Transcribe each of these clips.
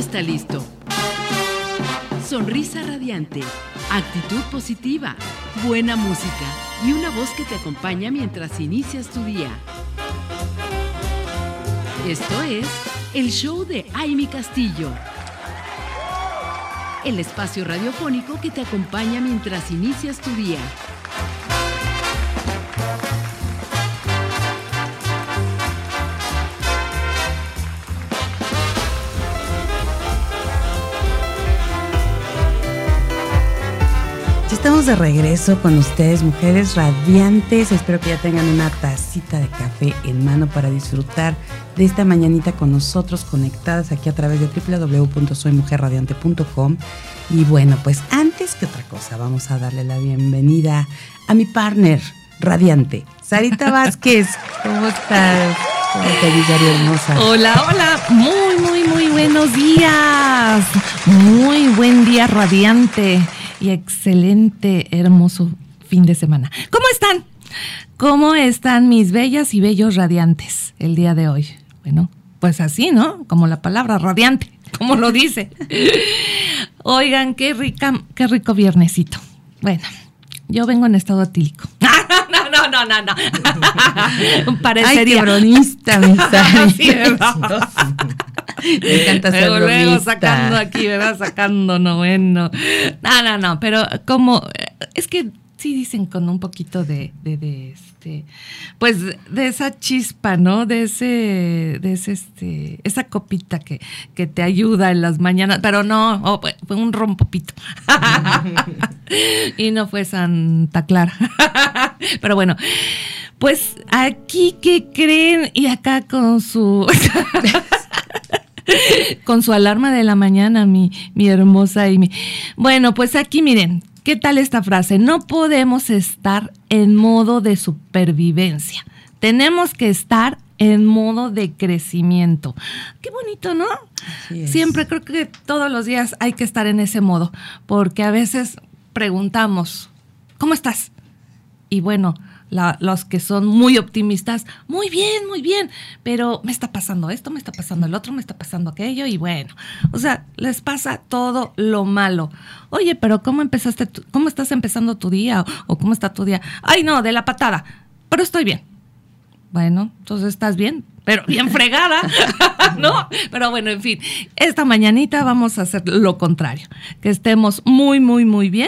está listo. Sonrisa radiante, actitud positiva, buena música y una voz que te acompaña mientras inicias tu día. Esto es el show de Aimee Castillo. El espacio radiofónico que te acompaña mientras inicias tu día. Estamos de regreso con ustedes, mujeres radiantes. Espero que ya tengan una tacita de café en mano para disfrutar de esta mañanita con nosotros, conectadas aquí a través de www.soymujerradiante.com. Y bueno, pues antes que otra cosa, vamos a darle la bienvenida a mi partner radiante, Sarita Vázquez. ¿Cómo estás? ¿Cómo te dices, hermosa? Hola, hola, muy buenos días. Muy buen día radiante. Y excelente, hermoso fin de semana. ¿Cómo están? ¿Cómo están mis bellas y bellos radiantes el día de hoy? Bueno, pues así, ¿no? Como la palabra radiante, como lo dice. Oigan, qué rico viernesito. Bueno, yo vengo en estado etílico. No. Parecería. Ay, qué bromista, me está. Sí, me encanta ser bromista. Luego sacando aquí, ¿verdad? Sacando, no, bueno. No, pero como, es que sí dicen con un poquito de pues de esa chispa, ¿no? De esa copita que te ayuda en las mañanas, pero no, fue un rompopito. Y no fue Santa Clara. Pero bueno, pues aquí, ¿qué creen? Y acá con su alarma de la mañana, mi hermosa Aimee. Bueno, pues aquí miren, ¿qué tal esta frase? No podemos estar en modo de supervivencia. Tenemos que estar en modo de crecimiento. Qué bonito, ¿no? Siempre creo que todos los días hay que estar en ese modo, porque a veces preguntamos, ¿cómo estás? Y bueno, los que son muy optimistas, muy bien, pero me está pasando esto, me está pasando el otro, me está pasando aquello, y bueno, o sea, les pasa todo lo malo. Oye, pero ¿cómo estás empezando tu día? ¿O cómo está tu día? Ay, no, de la patada, pero estoy bien. Bueno, entonces estás bien, pero bien fregada, ¿no? Pero bueno, en fin, esta mañanita vamos a hacer lo contrario, que estemos muy bien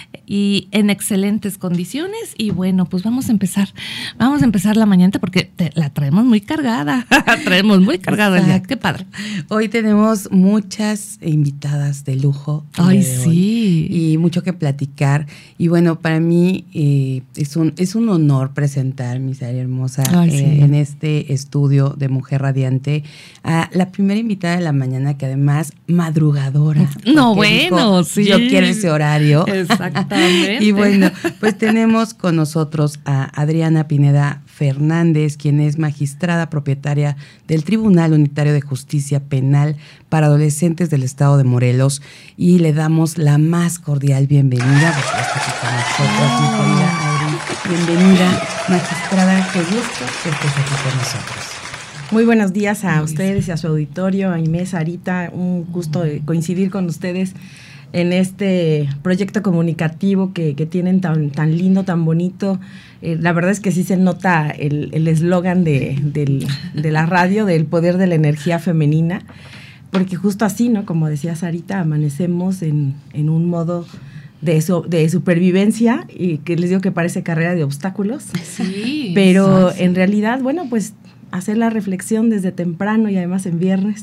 y en excelentes condiciones. Y bueno, pues vamos a empezar la mañanita porque la traemos muy cargada, el día. Qué padre. Hoy tenemos muchas invitadas de lujo. Ay, sí. Y mucho que platicar. Y bueno, para mí es un honor presentar, mi Sari hermosa, en este estudio de Mujer Radiante, a la primera invitada de la mañana, que además madrugadora. No, bueno, dijo, sí. Yo quiero ese horario. Exactamente. Y bueno, pues tenemos con nosotros a Adriana Pineda Fernández, quien es magistrada propietaria del Tribunal Unitario de Justicia Penal para Adolescentes del Estado de Morelos, y le damos la más cordial bienvenida. Pues está aquí con nosotros, mi querida Adri. Bienvenida, magistrada, qué gusto que estés aquí con nosotros. Muy buenos días a ustedes y a su auditorio, a Aimee, Sarita, un gusto de coincidir con ustedes en este proyecto comunicativo que tienen tan lindo, tan bonito. La verdad es que sí se nota el eslogan de la radio, del poder de la energía femenina, porque justo así, ¿no? Como decía Sarita, amanecemos en un modo de supervivencia, y que les digo que parece carrera de obstáculos. Sí. Pero en realidad, bueno, pues hacer la reflexión desde temprano y además en viernes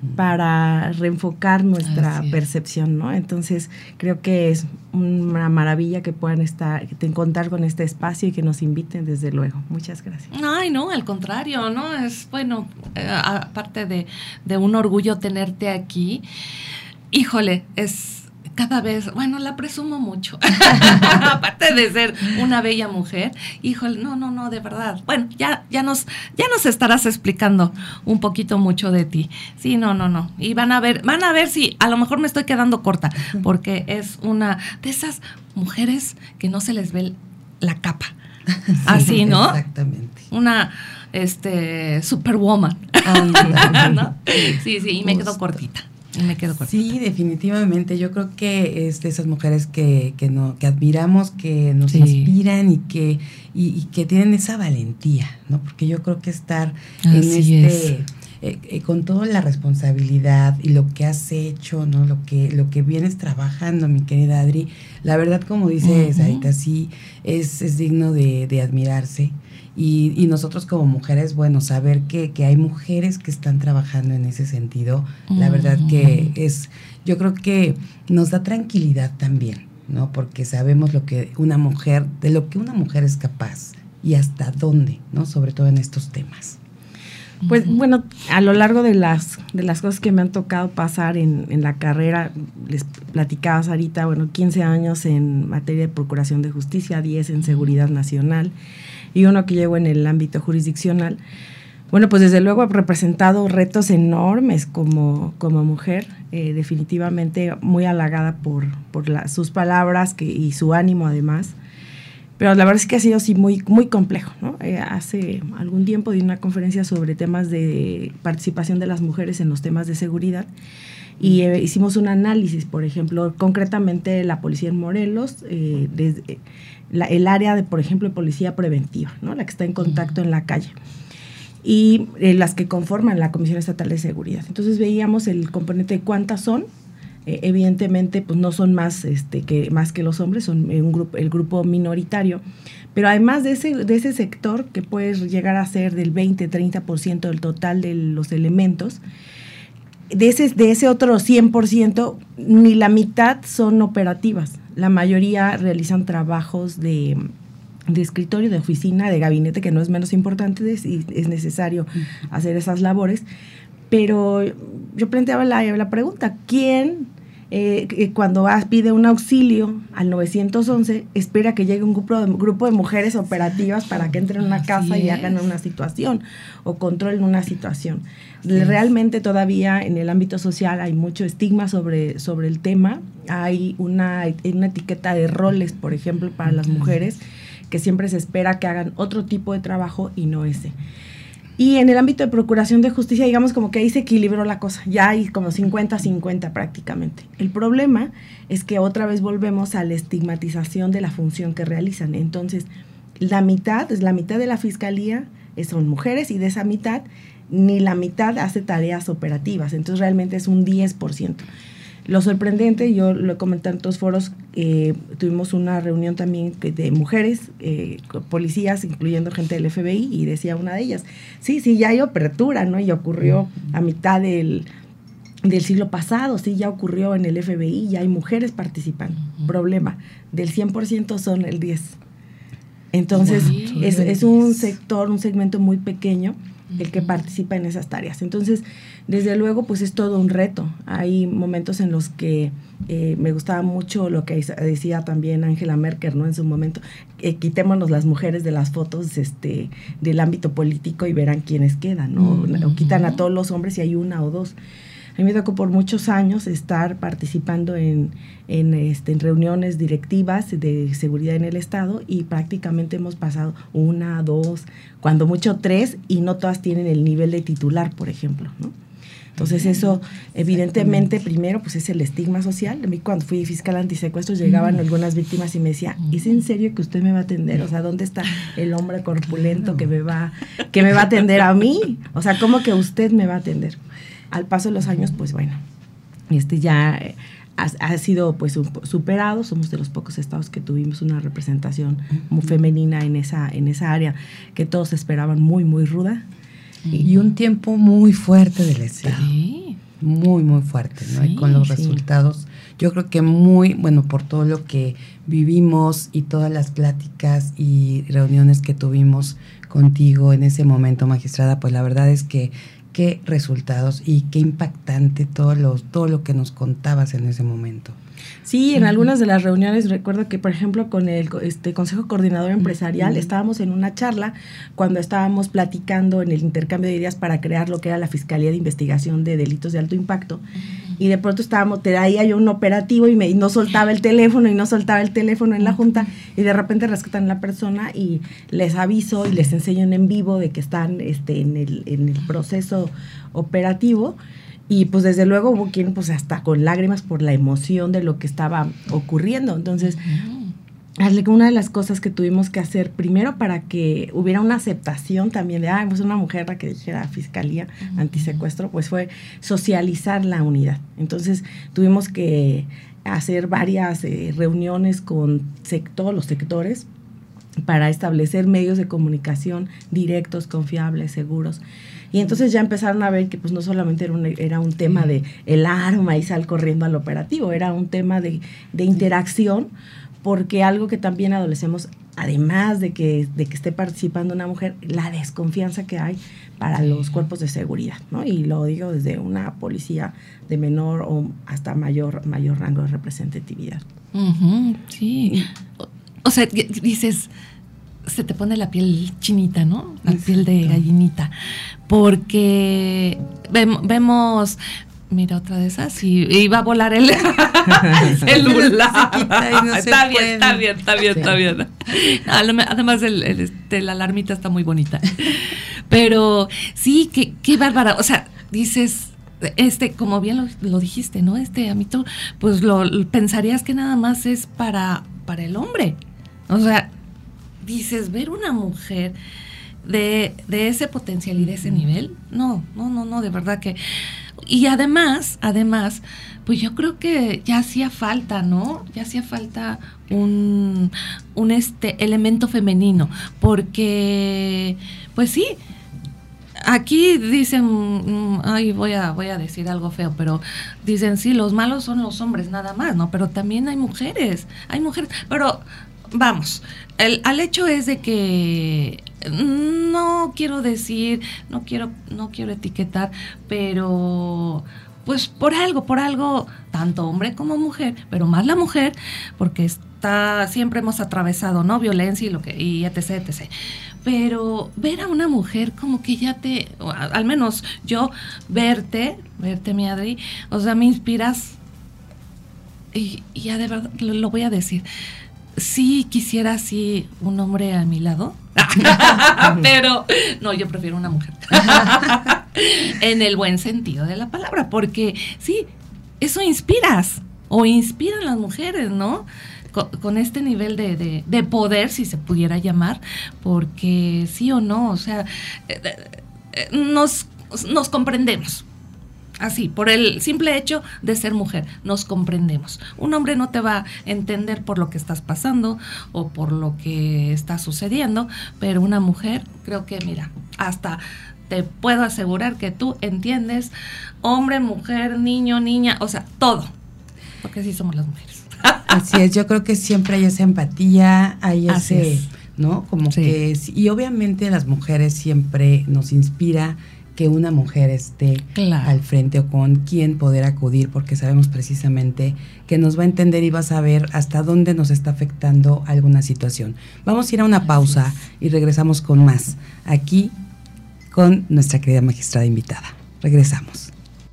para reenfocar nuestra percepción, ¿no? Entonces creo que es una maravilla que puedan contar con este espacio y que nos inviten, desde luego. Muchas gracias. Ay, no, al contrario, ¿no? Es bueno, aparte de un orgullo tenerte aquí, híjole, es cada vez, bueno, la presumo mucho. Aparte de ser una bella mujer, híjole, no, de verdad. Bueno, ya nos estarás explicando un poquito mucho de ti. Sí, no. Y van a ver si a lo mejor me estoy quedando corta, porque es una de esas mujeres que no se les ve la capa. Así, ¿no? Exactamente. Una superwoman. ¿No? Sí, y me quedo cortita. Y me quedo con Sí, definitivamente. Yo creo que es de esas mujeres que admiramos, que nos inspiran y que tienen esa valentía, ¿no? Porque yo creo que estar con toda la responsabilidad y lo que has hecho, ¿no? Lo que vienes trabajando, mi querida Adri, la verdad, como dice Sarita, sí, es digno de admirarse. Y nosotros como mujeres, bueno, saber que hay mujeres que están trabajando en ese sentido, la verdad que yo creo que nos da tranquilidad también, ¿no? Porque sabemos de lo que una mujer es capaz y hasta dónde, ¿no? Sobre todo en estos temas. Pues bueno, a lo largo de las cosas que me han tocado pasar en la carrera, les platicaba Sarita, bueno, 15 años en materia de procuración de justicia, 10 en seguridad nacional y uno que llevo en el ámbito jurisdiccional. Bueno, pues desde luego he representado retos enormes como mujer, definitivamente muy halagada por sus palabras y su ánimo además. Pero la verdad es que ha sido así muy, muy complejo, ¿no? Hace algún tiempo di una conferencia sobre temas de participación de las mujeres en los temas de seguridad y hicimos un análisis, por ejemplo, concretamente la policía en Morelos, desde el área de, por ejemplo, de policía preventiva, ¿no? La que está en contacto en la calle, y las que conforman la Comisión Estatal de Seguridad. Entonces veíamos el componente de cuántas son. Evidentemente pues no son más que los hombres, son el grupo minoritario, pero además de ese sector que puede llegar a ser del 20-30% del total de los elementos, de ese otro 100%, ni la mitad son operativas. La mayoría realizan trabajos de escritorio, de oficina, de gabinete, que no es menos importante y es necesario hacer esas labores. Pero yo planteaba la pregunta, ¿quién cuando pide un auxilio al 911 espera que llegue un grupo de mujeres operativas para que entren a una casa y hagan una situación o controlen una situación? Realmente todavía en el ámbito social hay mucho estigma sobre el tema. Hay una etiqueta de roles, por ejemplo, para las mujeres, que siempre se espera que hagan otro tipo de trabajo y no ese. Y en el ámbito de procuración de justicia, digamos como que ahí se equilibró la cosa, ya hay como 50-50 prácticamente. El problema es que otra vez volvemos a la estigmatización de la función que realizan. Entonces, la mitad de la fiscalía son mujeres y de esa mitad, ni la mitad hace tareas operativas. Entonces, realmente es un 10%. Lo sorprendente, yo lo he comentado en otros foros, tuvimos una reunión también de mujeres, policías, incluyendo gente del FBI, y decía una de ellas, sí, ya hay apertura, ¿no? Y ocurrió a mitad del siglo pasado, sí, ya ocurrió en el FBI, ya hay mujeres participando. Problema, del 100% son el 10%. Entonces, es un segmento muy pequeño el que participa en esas tareas. Entonces, desde luego, pues es todo un reto. Hay momentos en los que me gustaba mucho lo que decía también Angela Merkel, ¿no? En su momento, quitémonos las mujeres de las fotos del ámbito político y verán quiénes quedan, ¿no? O quitan a todos los hombres y hay una o dos. A mí me tocó por muchos años estar participando en reuniones directivas de seguridad en el Estado y prácticamente hemos pasado 1, 2, cuando mucho 3, y no todas tienen el nivel de titular, por ejemplo, ¿no? Entonces eso, evidentemente, primero, pues es el estigma social. A mí cuando fui fiscal antisecuestros llegaban algunas víctimas y me decía, ¿es en serio que usted me va a atender? O sea, ¿dónde está el hombre corpulento que me va a atender a mí? O sea, ¿cómo que usted me va a atender? Al paso de los años, pues bueno, ya ha sido pues superado. Somos de los pocos estados que tuvimos una representación muy femenina en esa área que todos esperaban muy, muy ruda. Y un tiempo muy fuerte del Estado. Sí. Muy, muy fuerte, ¿no? Sí, y con los resultados, yo creo que por todo lo que vivimos y todas las pláticas y reuniones que tuvimos contigo en ese momento, magistrada, pues la verdad es que qué resultados y qué impactante todo lo que nos contabas en ese momento. Sí, en algunas de las reuniones recuerdo que, por ejemplo, con el Consejo Coordinador Empresarial estábamos en una charla cuando estábamos platicando en el intercambio de ideas para crear lo que era la Fiscalía de Investigación de Delitos de Alto Impacto, y de pronto traía yo un operativo y no soltaba el teléfono en la junta, y de repente rescatan a la persona y les aviso y les enseño en vivo de que están en el proceso operativo. Y pues desde luego hubo quien pues hasta con lágrimas por la emoción de lo que estaba ocurriendo. Entonces, una de las cosas que tuvimos que hacer primero para que hubiera una aceptación también de, pues una mujer la que dijera Fiscalía Antisecuestro, pues fue socializar la unidad. Entonces tuvimos que hacer varias reuniones con todos los sectores para establecer medios de comunicación directos, confiables, seguros. Y entonces ya empezaron a ver que pues no solamente era un tema de el arma y sal corriendo al operativo, era un tema de interacción, porque algo que también adolecemos, además de que esté participando una mujer, la desconfianza que hay para los cuerpos de seguridad, ¿no? Y lo digo desde una policía de menor o hasta mayor rango de representatividad. Sí. O sea, dices, se te pone la piel chinita, ¿no? La piel de gallinita. Porque vemos, mira, otra de esas, y iba a volar el celular. Está bien. Además, la alarmita está muy bonita. Pero sí, qué bárbara. O sea, dices, como bien lo dijiste, ¿no? Ámbito, pues pensarías que nada más es para el hombre. O sea, dices, ver una mujer de ese potencial y de ese nivel, no, de verdad que... Y además, pues yo creo que ya hacía falta, ¿no? Ya hacía falta un elemento femenino, porque, pues sí, aquí dicen, voy a decir algo feo, pero dicen, sí, los malos son los hombres nada más, ¿no? Pero también hay mujeres, pero vamos, al hecho es de que no quiero decir, no quiero etiquetar, pero pues por algo, tanto hombre como mujer, pero más la mujer, porque siempre hemos atravesado, ¿no? Violencia y etc. Pero ver a una mujer como que ya al menos yo, verte, mi Adri, o sea, me inspiras, y ya de verdad lo voy a decir. Sí quisiera así un hombre a mi lado, pero no, yo prefiero una mujer. En el buen sentido de la palabra, porque sí, eso inspiran las mujeres, ¿no? Con este nivel de poder, si se pudiera llamar, porque sí o no, o sea, nos comprendemos. Así, por el simple hecho de ser mujer, nos comprendemos. Un hombre no te va a entender por lo que estás pasando o por lo que está sucediendo, pero una mujer, creo que, mira, hasta te puedo asegurar que tú entiendes hombre, mujer, niño, niña, o sea, todo, porque sí somos las mujeres. Así es, yo creo que siempre hay esa empatía, hay ese, ¿no? Como sí. Que, y obviamente a las mujeres siempre nos inspira que una mujer esté al frente o con quien poder acudir, porque sabemos precisamente que nos va a entender y va a saber hasta dónde nos está afectando alguna situación. Vamos a ir a una pausa y regresamos con más, aquí con nuestra querida magistrada invitada. Regresamos.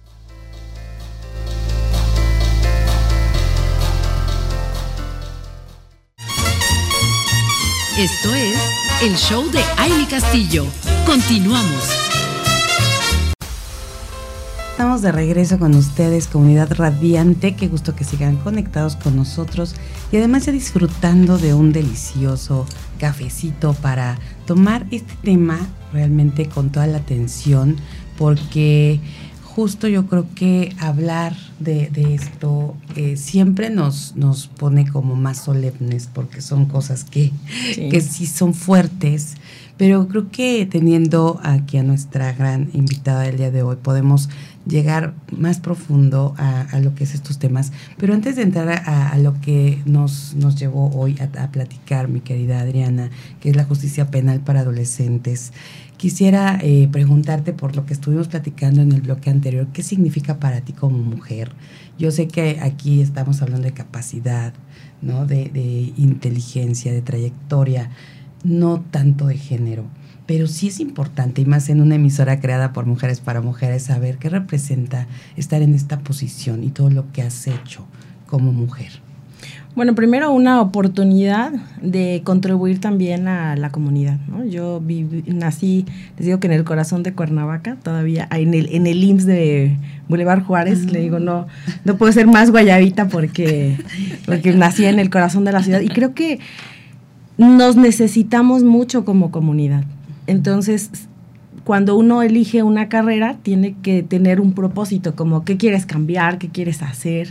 Esto es el show de Aily Castillo. Continuamos. Estamos de regreso con ustedes, comunidad radiante. Qué gusto que sigan conectados con nosotros y además ya disfrutando de un delicioso cafecito para tomar este tema realmente con toda la atención, porque justo yo creo que hablar de esto siempre nos pone como más solemnes, porque son cosas que sí son fuertes, pero creo que teniendo aquí a nuestra gran invitada del día de hoy podemos llegar más profundo a lo que es estos temas. Pero antes de entrar a lo que nos llevó hoy a platicar, mi querida Adriana, que es la justicia penal para adolescentes, quisiera preguntarte por lo que estuvimos platicando en el bloque anterior, ¿qué significa para ti como mujer? Yo sé que aquí estamos hablando de capacidad, ¿no? De inteligencia, de trayectoria, no tanto de género. Pero sí es importante, y más en una emisora creada por mujeres para mujeres, saber qué representa estar en esta posición y todo lo que has hecho como mujer. Bueno, primero una oportunidad de contribuir también a la comunidad, ¿no? Yo nací, les digo que en el corazón de Cuernavaca, todavía en el IMSS de Boulevard Juárez, le digo, no puedo ser más guayabita porque nací en el corazón de la ciudad, y creo que nos necesitamos mucho como comunidad. Entonces, cuando uno elige una carrera, tiene que tener un propósito, como qué quieres cambiar, qué quieres hacer,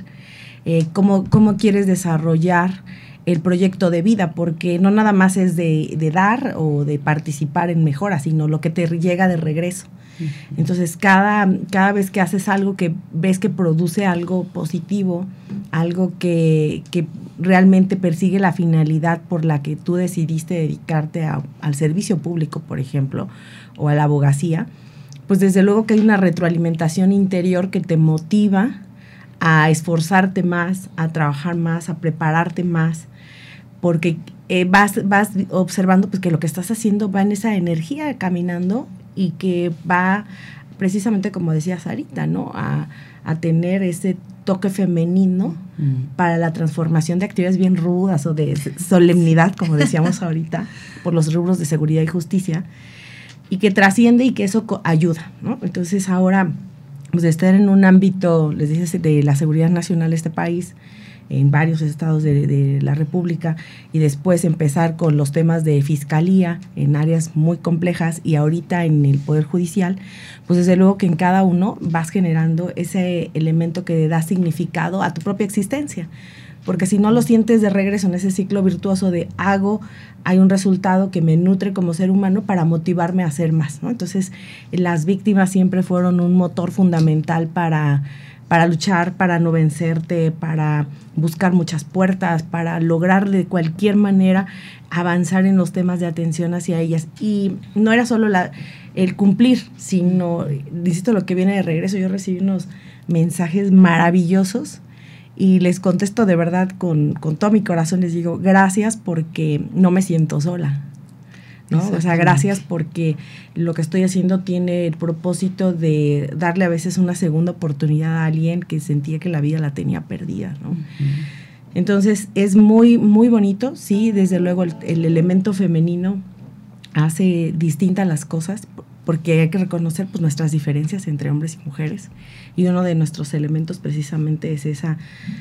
cómo quieres desarrollar el proyecto de vida, porque no nada más es de dar o de participar en mejoras, sino lo que te llega de regreso. Entonces, cada vez que haces algo, que ves que produce algo positivo, algo que realmente persigue la finalidad por la que tú decidiste dedicarte al servicio público, por ejemplo, o a la abogacía, pues desde luego que hay una retroalimentación interior que te motiva a esforzarte más, a trabajar más, a prepararte más, porque vas observando pues que lo que estás haciendo va en esa energía caminando y que va precisamente, como decía Sarita, ¿no? A tener ese toque femenino para la transformación de actividades bien rudas o de solemnidad, como decíamos ahorita, por los rubros de seguridad y justicia, y que trasciende y que eso ayuda, ¿no? Entonces ahora, pues de estar en un ámbito, les dije, de la seguridad nacional de este país, en varios estados de la República, y después empezar con los temas de fiscalía en áreas muy complejas y ahorita en el Poder Judicial, pues desde luego que en cada uno vas generando ese elemento que da significado a tu propia existencia. Porque si no lo sientes de regreso en ese ciclo virtuoso de hay un resultado que me nutre como ser humano para motivarme a hacer más, ¿no? Entonces, las víctimas siempre fueron un motor fundamental para luchar, para no vencerte, para buscar muchas puertas, para lograr de cualquier manera avanzar en los temas de atención hacia ellas. Y no era solo el cumplir, sino, insisto, lo que viene de regreso. Yo recibí unos mensajes maravillosos y les contesto de verdad con todo mi corazón, les digo, gracias porque no me siento sola, ¿no? O sea, gracias porque lo que estoy haciendo tiene el propósito de darle a veces una segunda oportunidad a alguien que sentía que la vida la tenía perdida, ¿no? Entonces, es muy, muy bonito, sí, desde luego el elemento femenino hace distintas las cosas, porque hay que reconocer pues nuestras diferencias entre hombres y mujeres, y uno de nuestros elementos precisamente es esa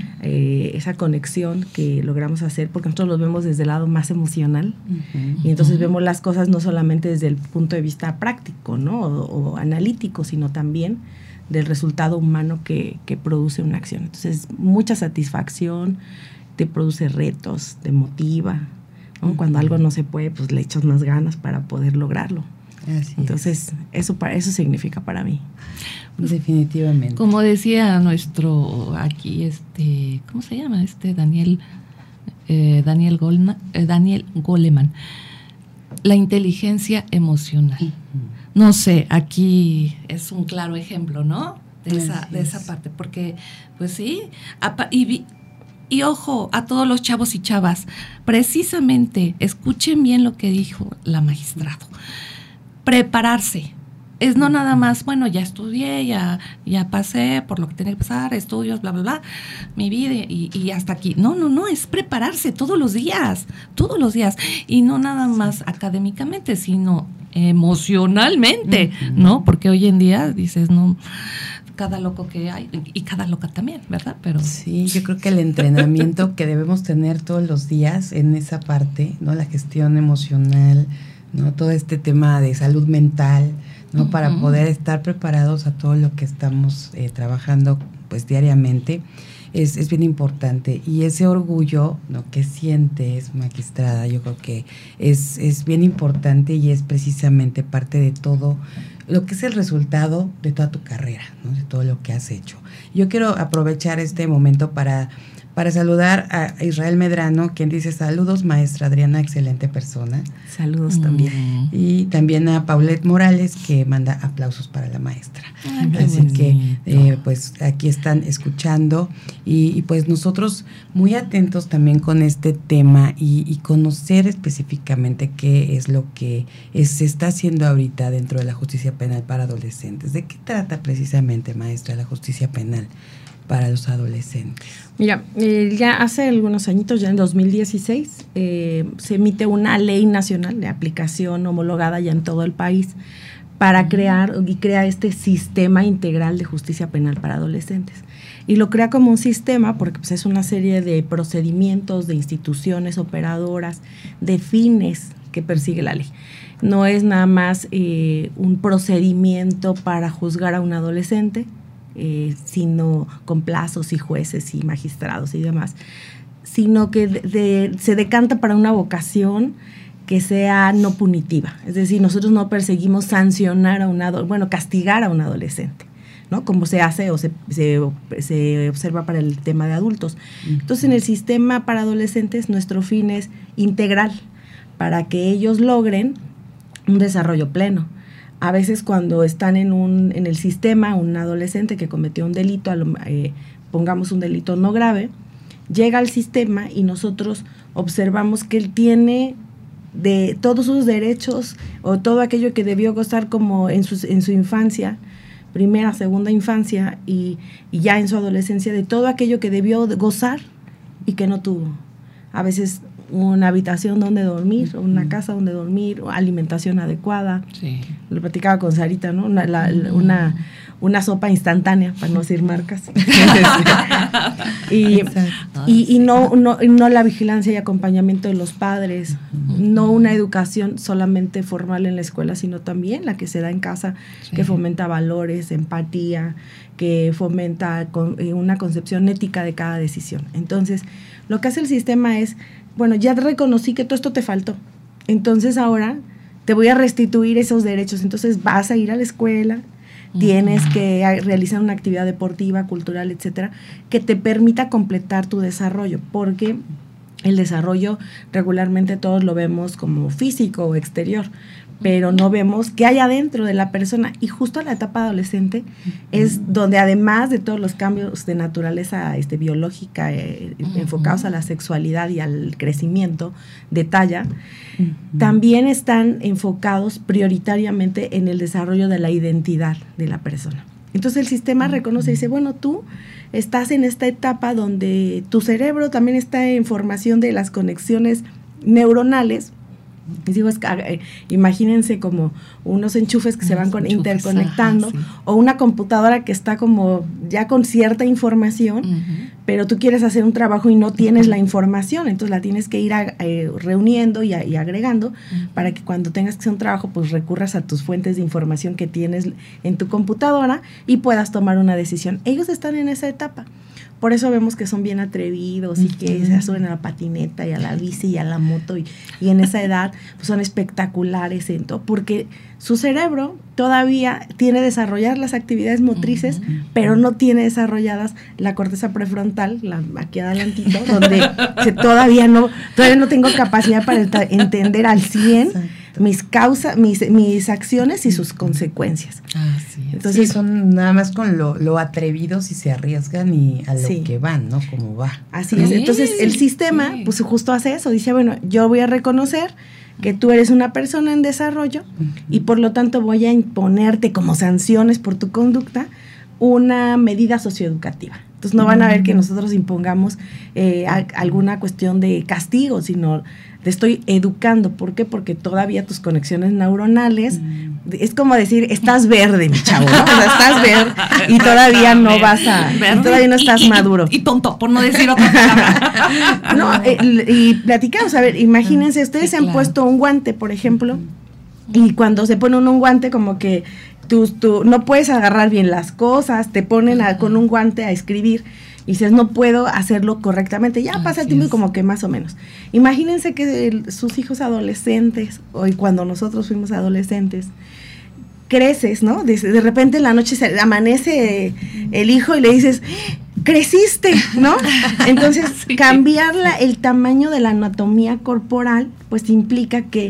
conexión que logramos hacer, porque nosotros los vemos desde el lado más emocional, y entonces vemos las cosas no solamente desde el punto de vista práctico, ¿no? o analítico, sino también del resultado humano que produce una acción. Entonces, mucha satisfacción, te produce retos, te motiva, ¿no? Cuando algo no se puede, pues le echas más ganas para poder lograrlo. Así Entonces, eso significa para mí. Definitivamente. Como decía nuestro aquí, ¿cómo se llama? Daniel Goleman, la inteligencia emocional. No sé, aquí es un claro ejemplo, ¿no? De esa parte, porque, pues sí, y ojo a todos los chavos y chavas, precisamente, escuchen bien lo que dijo la magistrado. Prepararse. Es no nada más, bueno, ya estudié, ya pasé por lo que tenía que pasar, estudios, bla, bla, bla, mi vida y hasta aquí. No, es prepararse todos los días. Y no nada más académicamente, sino emocionalmente, ¿no? Porque hoy en día dices, no, cada loco que hay, y cada loca también, ¿verdad? Pero sí, yo creo que el entrenamiento que debemos tener todos los días en esa parte, ¿no? La gestión emocional, ¿no? Todo este tema de salud mental, ¿no? Para poder estar preparados a todo lo que estamos trabajando pues diariamente, es bien importante. Y ese orgullo, ¿no? que sientes, magistrada, yo creo que es bien importante y es precisamente parte de todo lo que es el resultado de toda tu carrera, ¿no? De todo lo que has hecho. Yo quiero aprovechar este momento para saludar a Israel Medrano, quien dice saludos, maestra Adriana, excelente persona. Saludos también. Y también a Paulette Morales, que manda aplausos para la maestra. Así bonito. Que pues aquí están escuchando y pues nosotros muy atentos también con este tema y conocer específicamente qué es lo que se está haciendo ahorita dentro de la justicia penal para adolescentes. ¿De qué trata precisamente, maestra, la justicia penal para los adolescentes? Mira, ya hace algunos añitos, ya en 2016, se emite una ley nacional de aplicación homologada ya en todo el país para crea este sistema integral de justicia penal para adolescentes. Y lo crea como un sistema porque pues, es una serie de procedimientos, de instituciones operadoras, de fines que persigue la ley. No es nada más un procedimiento para juzgar a un adolescente, sino con plazos y jueces y magistrados y demás, sino que se decanta para una vocación que sea no punitiva. Es decir, nosotros no perseguimos sancionar a castigar a un adolescente, ¿no? Como se hace o se observa para el tema de adultos. Entonces, en el sistema para adolescentes, nuestro fin es integral, para que ellos logren un desarrollo pleno. A veces cuando están en el sistema, un adolescente que cometió un delito, pongamos un delito no grave, llega al sistema y nosotros observamos que él tiene de todos sus derechos o todo aquello que debió gozar como en su infancia, primera, segunda infancia y ya en su adolescencia, de todo aquello que debió gozar y que no tuvo. A veces una habitación donde dormir, una casa donde dormir, alimentación adecuada. Sí. Lo platicaba con Sarita, ¿no? Una sopa instantánea, para no decir marcas. y no la vigilancia y acompañamiento de los padres, no una educación solamente formal en la escuela, sino también la que se da en casa, sí, que fomenta valores, empatía, que fomenta una concepción ética de cada decisión. Entonces, lo que hace el sistema es, bueno, ya reconocí que todo esto te faltó, entonces ahora te voy a restituir esos derechos, entonces vas a ir a la escuela, tienes que realizar una actividad deportiva, cultural, etcétera, que te permita completar tu desarrollo, porque el desarrollo regularmente todos lo vemos como físico o exterior, pero no vemos qué hay adentro de la persona, y justo la etapa adolescente es donde, además de todos los cambios de naturaleza biológica enfocados a la sexualidad y al crecimiento de talla, también están enfocados prioritariamente en el desarrollo de la identidad de la persona. Entonces el sistema reconoce y dice, bueno, tú estás en esta etapa donde tu cerebro también está en formación de las conexiones neuronales. Y digo, imagínense como unos enchufes que se van interconectando, ajá, sí, o una computadora que está como ya con cierta información, pero tú quieres hacer un trabajo y no tienes la información, entonces la tienes que ir reuniendo y agregando para que cuando tengas que hacer un trabajo, pues recurras a tus fuentes de información que tienes en tu computadora y puedas tomar una decisión. Ellos están en esa etapa. Por eso vemos que son bien atrevidos y que se suben a la patineta y a la bici y a la moto y en esa edad pues son espectaculares porque su cerebro todavía tiene desarrollar las actividades motrices, pero no tiene desarrolladas la corteza prefrontal, aquí adelantito, donde todavía no tengo capacidad para entender al 100 mis acciones y sus consecuencias. Así es. Entonces, sí, son nada más con lo atrevidos y se arriesgan y a lo que van, ¿no? Como va. Así es. Entonces, el sistema, pues justo hace eso. Dice, bueno, yo voy a reconocer que tú eres una persona en desarrollo y por lo tanto voy a imponerte como sanciones por tu conducta una medida socioeducativa. Entonces, no van a ver que nosotros impongamos alguna cuestión de castigo, sino te estoy educando. ¿Por qué? Porque todavía tus conexiones neuronales, es como decir, estás verde, mi chavo, ¿no? O sea, estás verde y todavía no todavía no estás maduro. Y tonto, por no decir otra palabra. No, y platicamos, a ver, imagínense, ustedes se han puesto un guante, por ejemplo, y cuando se pone un guante como que tú no puedes agarrar bien las cosas, te ponen con un guante a escribir y dices, no puedo hacerlo correctamente. Ya pasa el tiempo y como que más o menos. Imagínense que sus hijos adolescentes, hoy cuando nosotros fuimos adolescentes, creces, ¿no? De repente en la noche se amanece el hijo y le dices, creciste, ¿no? Entonces, cambiar el tamaño de la anatomía corporal, pues implica que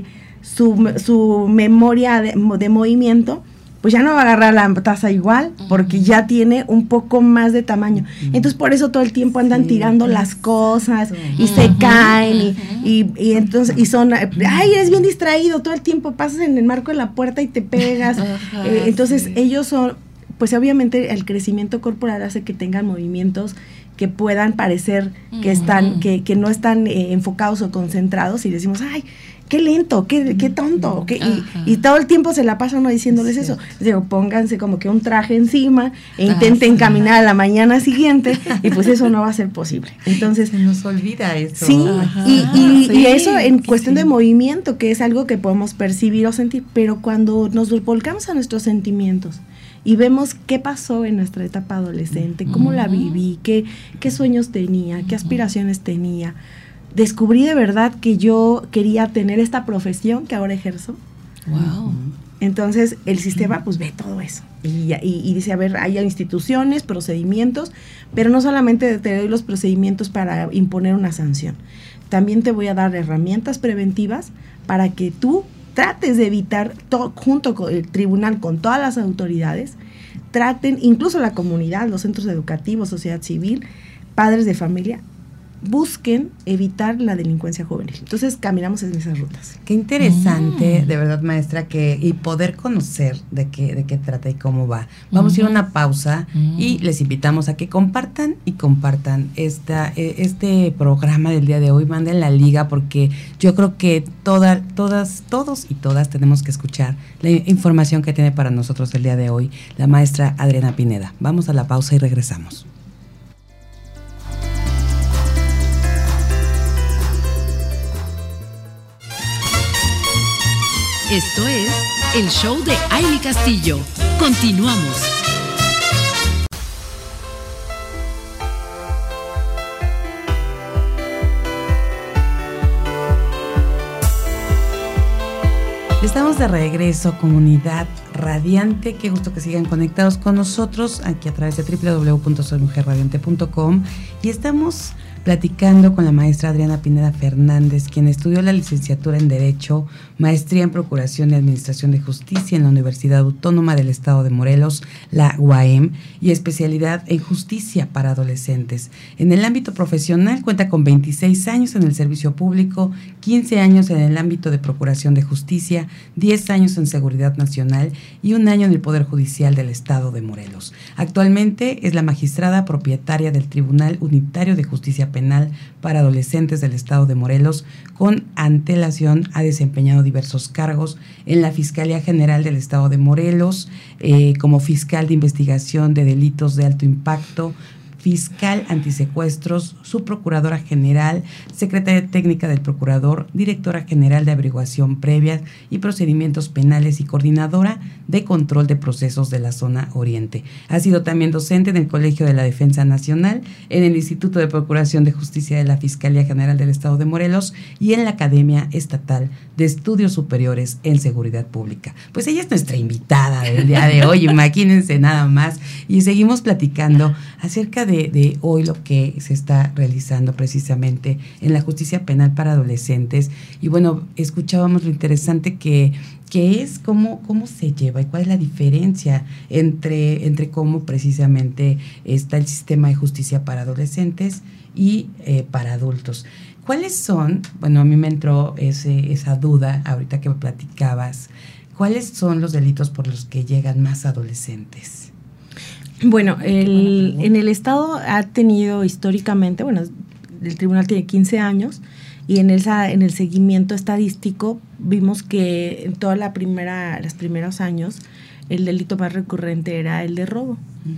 su memoria de movimiento pues ya no va a agarrar la taza igual, porque ya tiene un poco más de tamaño. Entonces, por eso todo el tiempo andan tirando las cosas y se caen y entonces, y son, ay, eres bien distraído, todo el tiempo pasas en el marco de la puerta y te pegas. Entonces, ellos pues obviamente el crecimiento corporal hace que tengan movimientos que puedan parecer que están, que no están enfocados o concentrados, y decimos, ay, qué lento, qué tonto, y todo el tiempo se la pasa uno diciéndoles eso. Digo, pónganse como que un traje encima e intenten caminar a la mañana siguiente, y pues eso no va a ser posible. Entonces se nos olvida eso. Sí, y eso en cuestión de movimiento, que es algo que podemos percibir o sentir, pero cuando nos volcamos a nuestros sentimientos y vemos qué pasó en nuestra etapa adolescente, cómo la viví, qué sueños tenía, qué aspiraciones tenía, descubrí de verdad que yo quería tener esta profesión que ahora ejerzo. Wow. Entonces el sistema pues ve todo eso y dice, a ver, hay instituciones, procedimientos, pero no solamente te doy los procedimientos para imponer una sanción, también te voy a dar herramientas preventivas para que tú trates de evitar, junto con el tribunal, con todas las autoridades, traten, incluso la comunidad, los centros educativos, sociedad civil, padres de familia, busquen evitar la delincuencia juvenil. Entonces caminamos en esas rutas. Qué interesante, de verdad, maestra, y poder conocer de qué trata y cómo va. Vamos a ir a una pausa y les invitamos a que compartan este programa del día de hoy, manden la liga, porque yo creo que todos y todas tenemos que escuchar la información que tiene para nosotros el día de hoy la maestra Adriana Pineda. Vamos a la pausa y regresamos. Esto es el show de Ailey Castillo. Continuamos. Estamos de regreso, comunidad radiante. Qué gusto que sigan conectados con nosotros aquí a través de www.soymujerradiante.com, y estamos platicando con la maestra Adriana Pineda Fernández, quien estudió la licenciatura en Derecho, maestría en Procuración y Administración de Justicia en la Universidad Autónoma del Estado de Morelos, la UAM, y especialidad en Justicia para Adolescentes. En el ámbito profesional cuenta con 26 años en el servicio público, 15 años en el ámbito de Procuración de Justicia, 10 años en Seguridad Nacional y 1 año en el Poder Judicial del Estado de Morelos. Actualmente es la magistrada propietaria del Tribunal Unitario de Justicia Penal para Adolescentes del Estado de Morelos. Con antelación ha desempeñado diversos cargos en la Fiscalía General del Estado de Morelos, como fiscal de investigación de delitos de alto impacto, fiscal antisecuestros, subprocuradora general, secretaria técnica del procurador, directora general de averiguación previa y procedimientos penales y coordinadora de control de procesos de la zona oriente. Ha sido también docente en el Colegio de la Defensa Nacional, en el Instituto de Procuración de Justicia de la Fiscalía General del Estado de Morelos y en la Academia Estatal de Estudios Superiores en Seguridad Pública. Pues ella es nuestra invitada del día de hoy, imagínense nada más, y seguimos platicando acerca de hoy lo que se está realizando precisamente en la justicia penal para adolescentes. Y bueno, escuchábamos lo interesante que es cómo se lleva y cuál es la diferencia entre cómo precisamente está el sistema de justicia para adolescentes y para adultos. ¿Cuáles son? Bueno, a mí me entró esa duda ahorita que me platicabas. ¿Cuáles son los delitos por los que llegan más adolescentes? Bueno, en el Estado ha tenido históricamente, bueno, el tribunal tiene 15 años y en el seguimiento estadístico vimos que en toda los primeros años el delito más recurrente era el de robo.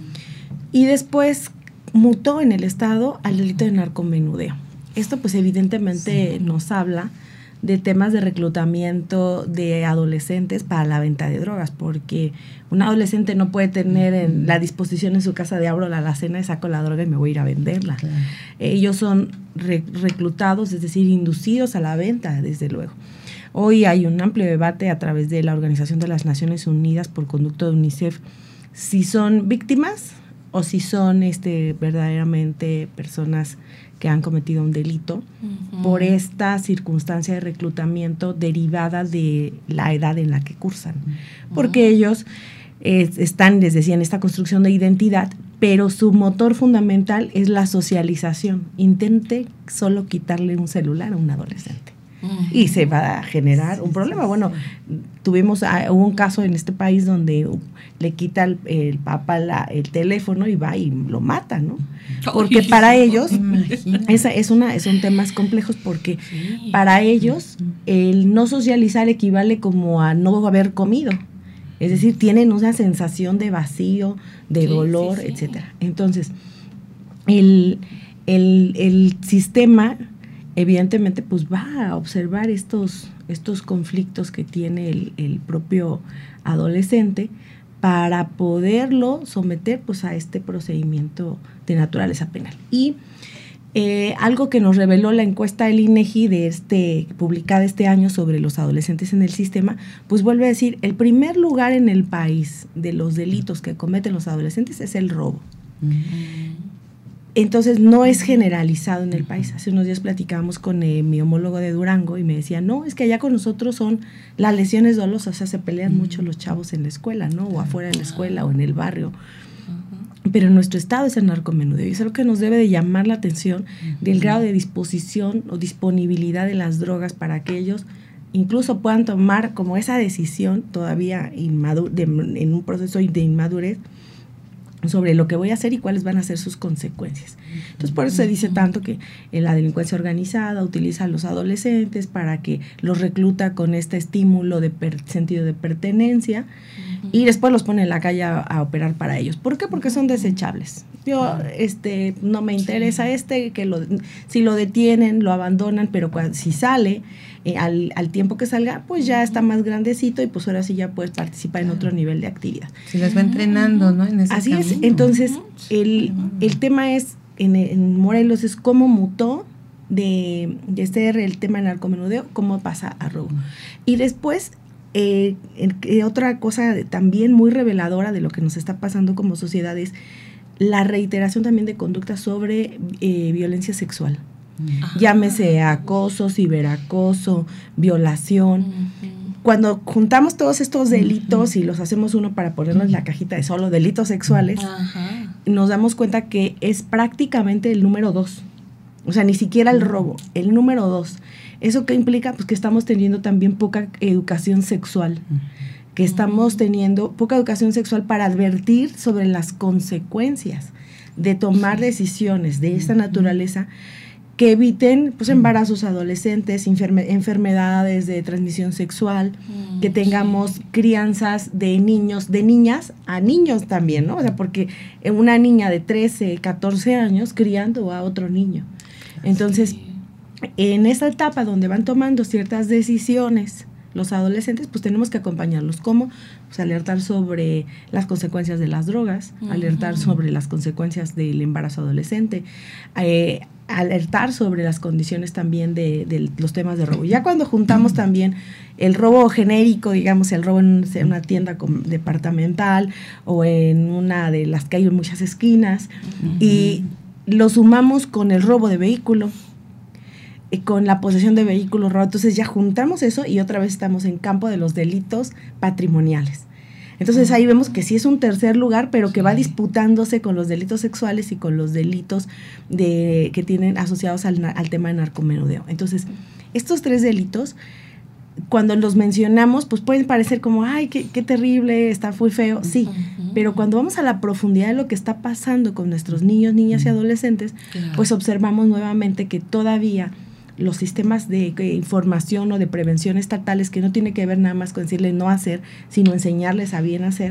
Y después mutó en el Estado al delito de narcomenudeo. Esto pues evidentemente nos habla de temas de reclutamiento de adolescentes para la venta de drogas, porque un adolescente no puede tener en la disposición en su casa de abro la alacena y saco la droga y me voy a ir a venderla. Claro. Ellos son reclutados, es decir, inducidos a la venta, desde luego. Hoy hay un amplio debate a través de la Organización de las Naciones Unidas por conducto de UNICEF si son víctimas o si son verdaderamente personas que han cometido un delito por esta circunstancia de reclutamiento derivada de la edad en la que cursan. Porque ellos están, les decía, en esta construcción de identidad, pero su motor fundamental es la socialización. Intente solo quitarle un celular a un adolescente. y se va a generar un problema. Bueno, hubo un caso en este país donde le quita el papá el teléfono y va y lo mata, ¿no? Porque para ellos, son temas complejos porque para ellos el no socializar equivale como a no haber comido. Es decir, tienen una sensación de vacío, de dolor, etcétera. Entonces, el sistema evidentemente pues va a observar estos conflictos que tiene el propio adolescente para poderlo someter pues a este procedimiento de naturaleza penal. Y algo que nos reveló la encuesta del INEGI publicada este año sobre los adolescentes en el sistema, pues vuelve a decir, el primer lugar en el país de los delitos que cometen los adolescentes es el robo. Entonces no es generalizado en el país. Hace unos días platicábamos con mi homólogo de Durango y me decía, no, es que allá con nosotros son las lesiones dolosas, o sea, se pelean mucho los chavos en la escuela, ¿no? O afuera de la escuela o en el barrio. Pero en nuestro estado es el narcomenudeo y es algo que nos debe de llamar la atención del grado de disposición o disponibilidad de las drogas para que ellos incluso puedan tomar como esa decisión todavía en un proceso de inmadurez sobre lo que voy a hacer y cuáles van a ser sus consecuencias. Entonces, por eso se dice tanto que la delincuencia organizada utiliza a los adolescentes para que los recluta con este estímulo de sentido de pertenencia y después los pone en la calle a operar para ellos. ¿Por qué? Porque son desechables. Yo, no me interesa si lo detienen, lo abandonan, pero si sale, al tiempo que salga, pues ya está más grandecito y pues ahora sí ya puedes participar en otro nivel de actividad. Se las va entrenando, ¿no? En ese Así camino. Es. Entonces, el tema es, en Morelos, es cómo mutó de ser el tema del narcomenudeo, cómo pasa a robo. Y después, otra cosa también muy reveladora de lo que nos está pasando como sociedad es la reiteración también de conductas sobre violencia sexual. Llámese acoso, ciberacoso, violación. Cuando juntamos todos estos delitos y los hacemos uno para ponernos en la cajita de solo delitos sexuales, nos damos cuenta que es prácticamente el número 2. O sea, ni siquiera el robo, el número 2. ¿Eso qué implica? Pues que estamos teniendo también poca educación sexual. Que estamos teniendo poca educación sexual para advertir sobre las consecuencias de tomar decisiones de esta naturaleza que eviten pues embarazos adolescentes, enfermedades de transmisión sexual, que tengamos crianzas de niños, de niñas a niños también, ¿no? O sea, porque una niña de 13, 14 años criando a otro niño. Entonces, en esta etapa donde van tomando ciertas decisiones los adolescentes, pues tenemos que acompañarlos. ¿Cómo? Pues alertar sobre las consecuencias de las drogas, alertar sobre las consecuencias del embarazo adolescente, alertar sobre las condiciones también de los temas de robo. Ya cuando juntamos también el robo genérico, digamos, el robo en una tienda departamental o en una de las que hay en muchas esquinas, y lo sumamos con el robo de vehículo, con la posesión de vehículos robados, entonces ya juntamos eso y otra vez estamos en campo de los delitos patrimoniales. Entonces ahí vemos que sí es un tercer lugar, pero que va disputándose con los delitos sexuales y con los delitos que tienen asociados al tema de narcomenudeo. Entonces, estos 3 delitos, cuando los mencionamos, pues pueden parecer como, ay, qué terrible, está muy feo, sí, pero cuando vamos a la profundidad de lo que está pasando con nuestros niños, niñas y adolescentes, pues observamos nuevamente que todavía los sistemas de información o de prevención estatales, que no tiene que ver nada más con decirles no hacer, sino enseñarles a bien hacer,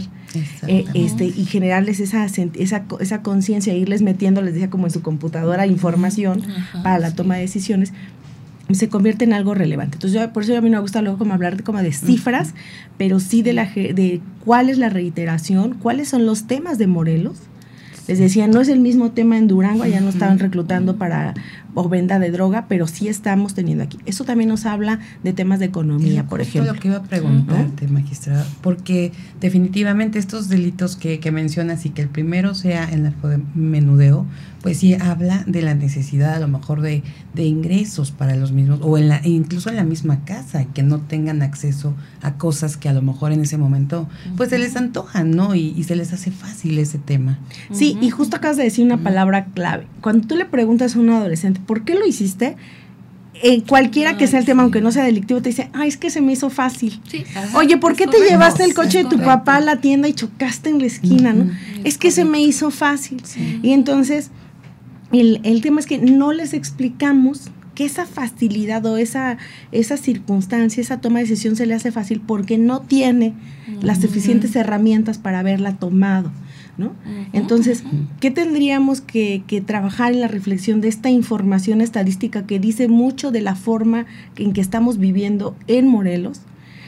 y generarles esa conciencia, irles metiendo, les decía, como en su computadora, información para la toma de decisiones, se convierte en algo relevante. Entonces, por eso a mí me gusta luego como hablar como de cifras, pero sí de cuál es la reiteración, cuáles son los temas de Morelos. Les decía, no es el mismo tema en Durango, allá no estaban reclutando o venta de droga, pero sí estamos teniendo aquí. Eso también nos habla de temas de economía, por ejemplo. Lo que iba a preguntarte, magistrada, porque definitivamente estos delitos que mencionas y que el primero sea el narcomenudeo, pues sí habla de la necesidad a lo mejor de ingresos para los mismos, o incluso en la misma casa, que no tengan acceso a cosas que a lo mejor en ese momento pues se les antojan, ¿no? Y se les hace fácil ese tema. Sí, y justo acabas de decir una palabra clave. Cuando tú le preguntas a un adolescente, ¿por qué lo hiciste? cualquiera que sea el tema, aunque no sea delictivo, te dice, ay, es que se me hizo fácil. Sí, Oye, ¿por qué te llevaste el coche de tu papá a la tienda y chocaste en la esquina? ¿No? Es que se me hizo fácil. Sí. Y entonces, el tema es que no les explicamos que esa facilidad o esa circunstancia, esa toma de decisión se le hace fácil porque no tiene las suficientes herramientas para haberla tomado, ¿no? Entonces, ¿qué tendríamos que trabajar en la reflexión de esta información estadística que dice mucho de la forma en que estamos viviendo en Morelos?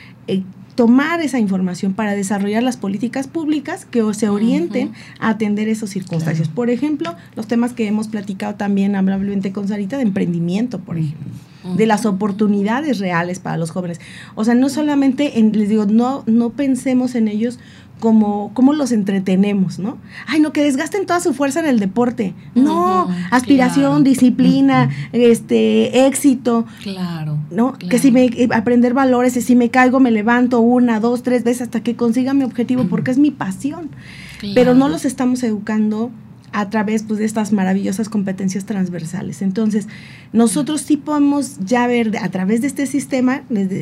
Tomar esa información para desarrollar las políticas públicas que se orienten a atender esas circunstancias. Por ejemplo, los temas que hemos platicado también amablemente con Sarita de emprendimiento, por ejemplo, de las oportunidades reales para los jóvenes. O sea, no solamente, les digo, no pensemos en ellos como los entretenemos, ¿no? Ay, no, que desgasten toda su fuerza en el deporte. No, aspiración, claro, disciplina, éxito. Claro. ¿No? Claro. Que aprender valores, y si me caigo me levanto 1, 2, 3 veces hasta que consiga mi objetivo, porque es mi pasión. Claro. Pero no los estamos educando a través, pues, de estas maravillosas competencias transversales. Entonces, nosotros sí podemos ya ver a través de este sistema,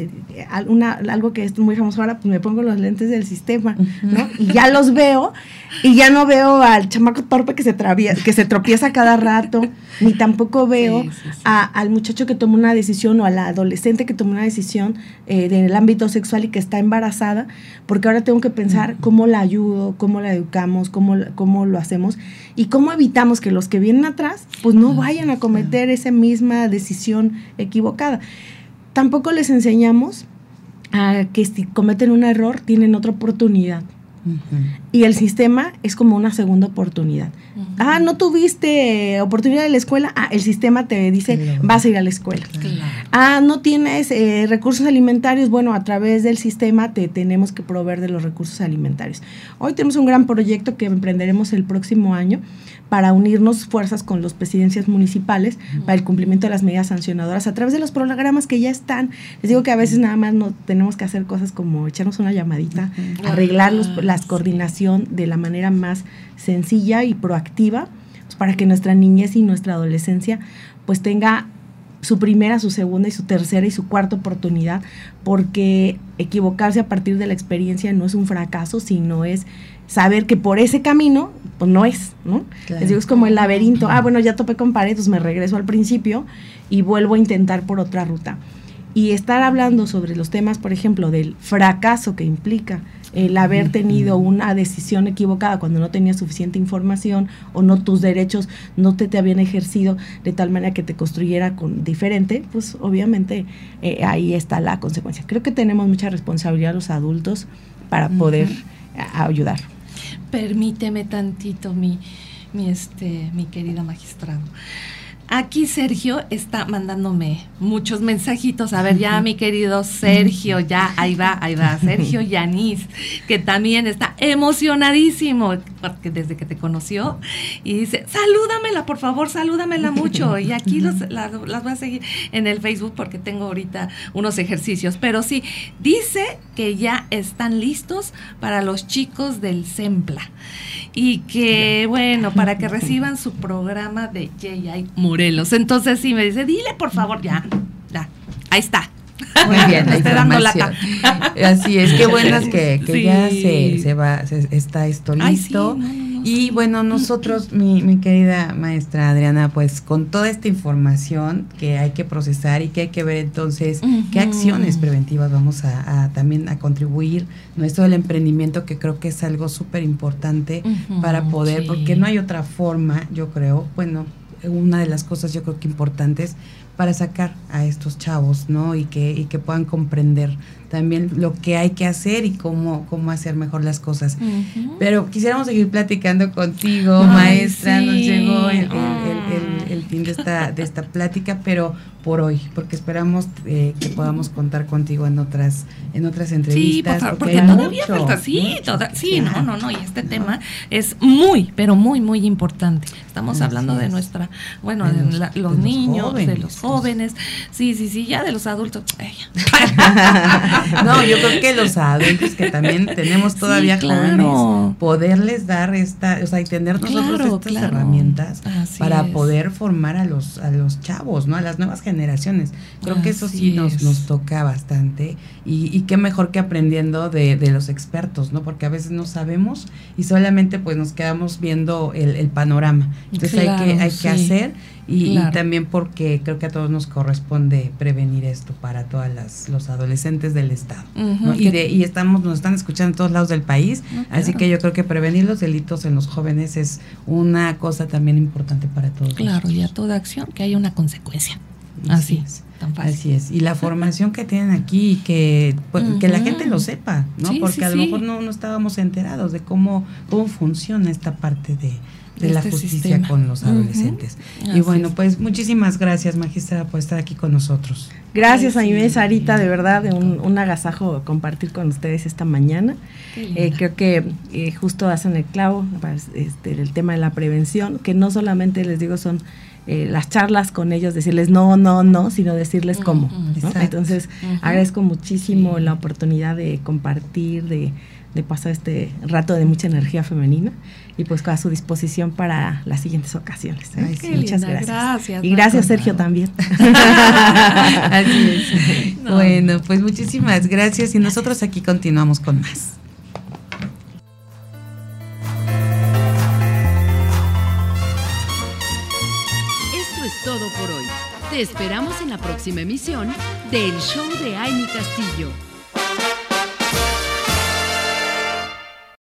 algo que es muy famoso ahora, pues me pongo los lentes del sistema, ¿no? Y ya los veo, y ya no veo al chamaco torpe que se tropieza cada rato, ni tampoco veo al muchacho que tomó una decisión o a la adolescente que tomó una decisión en el ámbito sexual y que está embarazada, porque ahora tengo que pensar cómo la ayudo, cómo la educamos, cómo lo hacemos, y cómo evitamos que los que vienen atrás pues no vayan a cometer esa misma decisión equivocada. Tampoco les enseñamos a que si cometen un error tienen otra oportunidad. Y el sistema es como una segunda oportunidad. No tuviste oportunidad en la escuela, el sistema te dice, vas a ir a la escuela. No tienes recursos alimentarios, bueno, a través del sistema te tenemos que proveer de los recursos alimentarios. Hoy tenemos un gran proyecto que emprenderemos el próximo año para unirnos fuerzas con las presidencias municipales para el cumplimiento de las medidas sancionadoras a través de los programas que ya están. Les digo que a veces nada más no tenemos que hacer cosas como echarnos una llamadita, arreglar la coordinación de la manera más sencilla y proactiva, pues, para que nuestra niñez y nuestra adolescencia pues tenga su primera, su segunda y su tercera y su cuarta oportunidad, porque equivocarse a partir de la experiencia no es un fracaso, sino es saber que por ese camino pues no es, ¿no? Claro. Les digo, es como el laberinto, bueno, ya topé con pared, pues me regreso al principio y vuelvo a intentar por otra ruta. Y estar hablando sobre los temas, por ejemplo, del fracaso que implica el haber tenido una decisión equivocada cuando no tenías suficiente información o no, tus derechos no te habían ejercido de tal manera que te construyera diferente, pues obviamente ahí está la consecuencia. Creo que tenemos mucha responsabilidad los adultos para poder ayudar. Permíteme tantito, mi querida magistrado. Aquí Sergio está mandándome muchos mensajitos. A ver, ya mi querido Sergio, ya, ahí va, Sergio Yanis, que también está emocionadísimo, porque desde que te conoció, y dice, salúdamela, por favor, salúdamela mucho. Y aquí las voy a seguir en el Facebook porque tengo ahorita unos ejercicios. Pero sí, dice que ya están listos para los chicos del SEMPLA. Y que, bueno, para que reciban su programa de J.I. Morelos. Entonces sí me dice, dile por favor, ya, ahí está. Muy bien, la información. Así es, qué buenas que sí. Ya está esto listo. Ay, sí, y bueno, nosotros, mi querida maestra Adriana, pues con toda esta información que hay que procesar y que hay que ver entonces qué acciones preventivas vamos a también a contribuir, ¿no? Esto del emprendimiento, que creo que es algo súper importante para poder, porque no hay otra forma, yo creo, bueno, una de las cosas yo creo que importantes para sacar a estos chavos, ¿no? Y que puedan comprender también lo que hay que hacer y cómo hacer mejor las cosas. Pero quisiéramos seguir platicando contigo, maestra. Sí. Nos llegó el fin de esta plática, pero por hoy, porque esperamos que podamos contar contigo en otras entrevistas. Sí, por favor, porque todavía falta, y este tema es muy, pero muy, muy importante. estamos hablando de nuestra, bueno, de los niños, jóvenes, de los jóvenes, sí, ya de los adultos. No, yo creo que los adultos que también tenemos todavía jóvenes, poderles dar esta, o sea, y tener nosotros estas herramientas para poder formar a los chavos, ¿no? A las nuevas generaciones. Creo que eso sí nos toca bastante, y qué mejor que aprendiendo de los expertos, ¿no? Porque a veces no sabemos y solamente pues nos quedamos viendo el panorama. Entonces hay que hacer y también porque creo que a todos nos corresponde prevenir esto para todos los adolescentes del estado, ¿no? Y nos están escuchando en todos lados del país, así que yo creo que prevenir los delitos en los jóvenes es una cosa también importante para todos. Claro, y a toda acción que haya una consecuencia. Así es. Tan fácil. Así es. Y la formación que tienen aquí, que la gente lo sepa, ¿no? Porque a lo mejor no estábamos enterados de cómo funciona esta parte de la justicia sistema con los adolescentes. Y bueno, pues muchísimas gracias, magistrada, por estar aquí con nosotros. Gracias, Aimee, Sarita, de verdad, un agasajo compartir con ustedes esta mañana. Creo que justo hacen el clavo, el tema de la prevención, que no solamente, les digo, son las charlas con ellos, decirles no, sino decirles cómo, ¿no? Entonces, agradezco muchísimo la oportunidad de compartir, de pasar este rato de mucha energía femenina, y pues a su disposición para las siguientes ocasiones. Muchas gracias. Y gracias, Sergio, también. Así es. No. Bueno, pues muchísimas gracias, y nosotros aquí continuamos con más. Todo por hoy. Te esperamos en la próxima emisión del Show de Aimee Castillo.